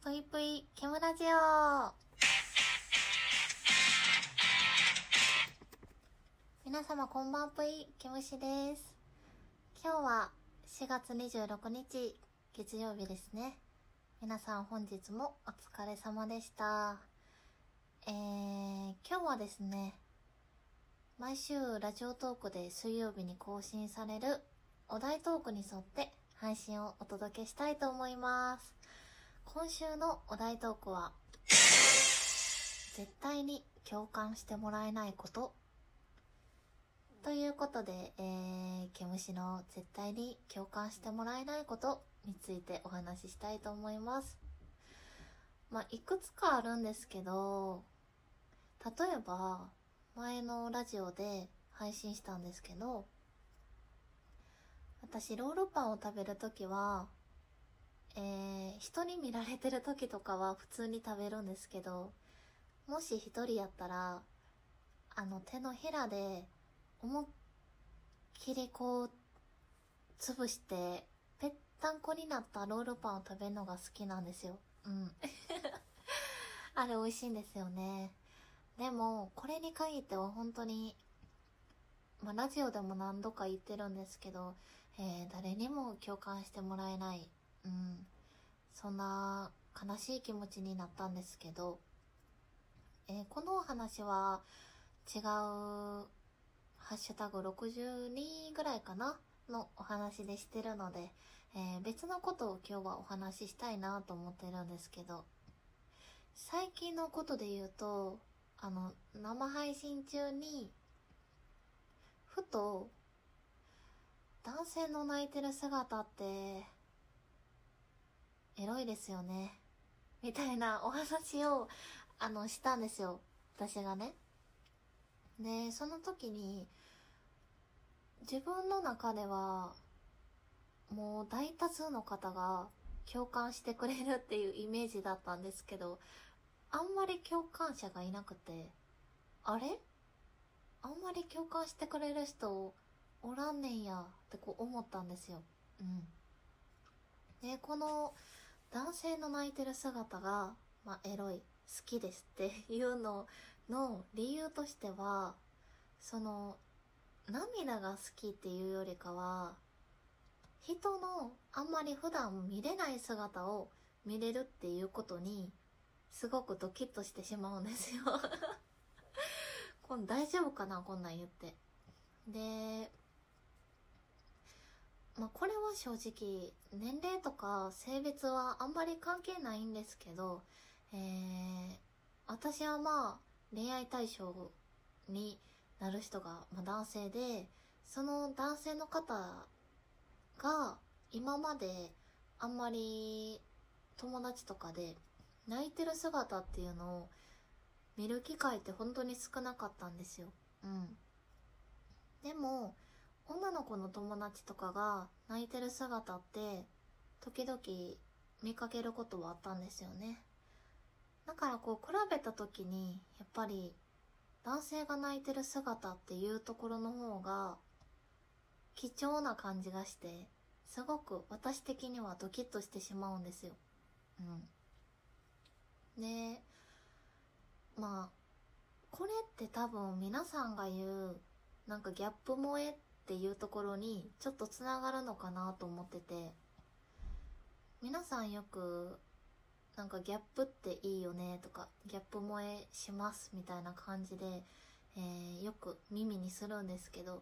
ぷいぷいケムラジオ。皆様こんばんぷい、ケムシです。今日は4月26日月曜日ですね。皆さん本日もお疲れ様でした。今日はですね、毎週ラジオトークで水曜日に更新されるお題トークに沿って配信をお届けしたいと思います。今週のお題トークは、絶対に共感してもらえないことということで、ケムシの絶対に共感してもらえないことについてお話ししたいと思います。いくつかあるんですけど、例えば前のラジオで配信したんですけど、私ロールパンを食べるときは人に見られてる時とかは普通に食べるんですけど、もし一人やったら手のひらで思いっきりこう潰してぺったんこになったロールパンを食べるのが好きなんですよ。あれ美味しいんですよね。でもこれに限っては本当にラジオでも何度か言ってるんですけど、誰にも共感してもらえない、そんな悲しい気持ちになったんですけど、このお話は違うハッシュタグ62ぐらいかなのお話でしてるので、別のことを今日はお話ししたいなと思ってるんですけど、最近のことで言うと、生配信中にふと男性の泣いてる姿ってエロいですよねみたいなお話をしたんですよ、私がね。でその時に自分の中ではもう大多数の方が共感してくれるっていうイメージだったんですけど、あんまり共感者がいなくて、あれあんまり共感してくれる人おらんねんやって思ったんですよ。でこの男性の泣いてる姿が、エロい、好きですっていうのの理由としては、その涙が好きっていうよりかは、人のあんまり普段見れない姿を見れるっていうことにすごくドキッとしてしまうんですよ大丈夫かな、こんなん言って。でこれは正直年齢とか性別はあんまり関係ないんですけど、私は恋愛対象になる人が男性で、その男性の方が今まであんまり友達とかで泣いてる姿っていうのを見る機会って本当に少なかったんですよ。でも女の子の友達とかが泣いてる姿って時々見かけることはあったんですよね。だから比べた時にやっぱり男性が泣いてる姿っていうところの方が貴重な感じがして、すごく私的にはドキッとしてしまうんですよ。でこれって多分皆さんが言うギャップ萌えっていうところにちょっとつながるのかなと思ってて、皆さんよくギャップっていいよねとか、ギャップ萌えしますみたいな感じで、よく耳にするんですけど、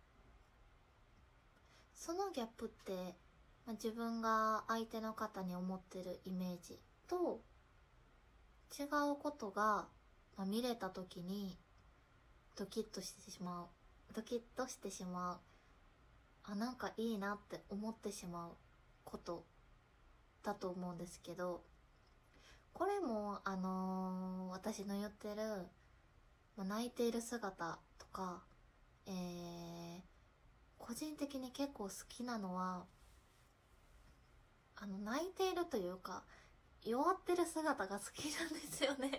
そのギャップって、自分が相手の方に思ってるイメージと違うことが、見れた時にドキッとしてしまう、いいなって思ってしまうことだと思うんですけど、これも私の言ってる、泣いている姿とか、個人的に結構好きなのは泣いているというか弱ってる姿が好きなんですよね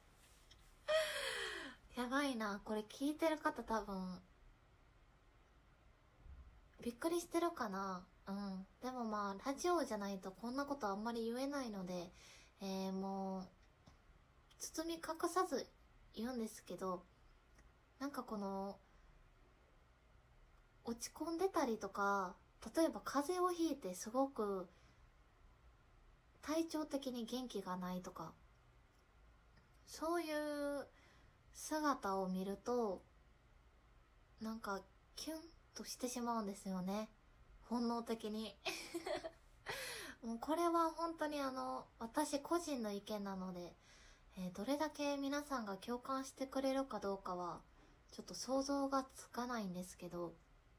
やばいな、これ聞いてる方多分びっくりしてるかな。でもラジオじゃないとこんなことあんまり言えないので、 もう包み隠さず言うんですけど、なんかこの落ち込んでたりとか、例えば風邪をひいてすごく体調的に元気がないとか、そういう姿を見るとなんかキュンとしてしまうんですよね、本能的に。もうこれは本当に私個人の意見なので、どれだけ皆さんが共感してくれるかどうかはちょっと想像がつかないんですけど、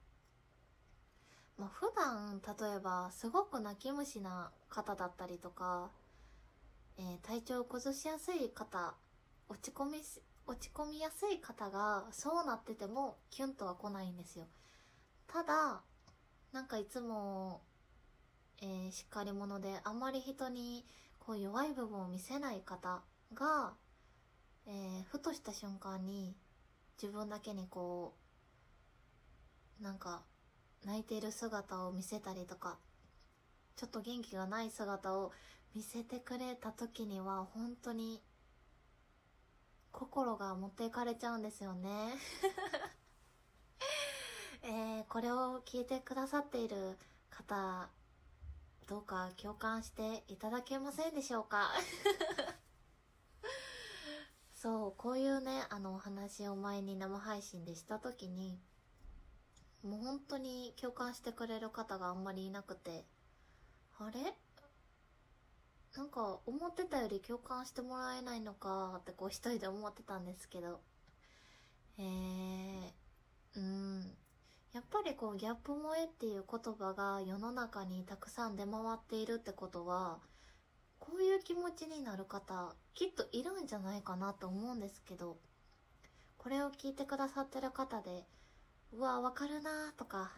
普段例えばすごく泣き虫な方だったりとか、体調を崩しやすい方、落ち込みやすい方がそうなっててもキュンとは来ないんですよ。ただなんかいつも、しっかり者であんまり人にこう弱い部分を見せない方が、ふとした瞬間に自分だけにこうなんか泣いている姿を見せたりとか、ちょっと元気がない姿を見せてくれた時には本当に心が持っていかれちゃうんですよね。これを聞いてくださっている方、どうか共感していただけませんでしょうか。そう、こういうねお話を前に生配信でした時に、もう本当に共感してくれる方があんまりいなくて、あれなんか思ってたより共感してもらえないのかってこう一人で思ってたんですけど、やっぱりこうギャップ萌えっていう言葉が世の中にたくさん出回っているってことは、こういう気持ちになる方きっといるんじゃないかなと思うんですけど、これを聞いてくださってる方で、うわわかるなとか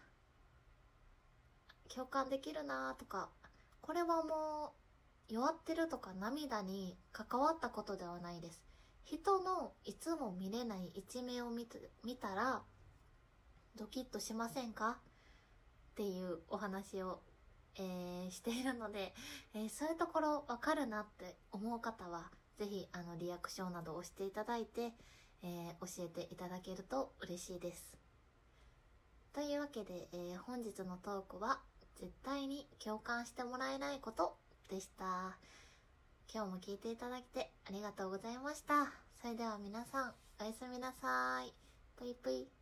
共感できるなとか、これはもう弱ってるとか涙に関わったことではないです。人のいつも見れない一面を見たらドキッとしませんかっていうお話を、しているので、そういうところわかるなって思う方はぜひリアクションなどを押していただいて、教えていただけると嬉しいです。というわけで、本日のトークは絶対に共感してもらえないことでした。今日も聞いていただいてありがとうございました。それでは皆さんおやすみなさい。ぷいぷい。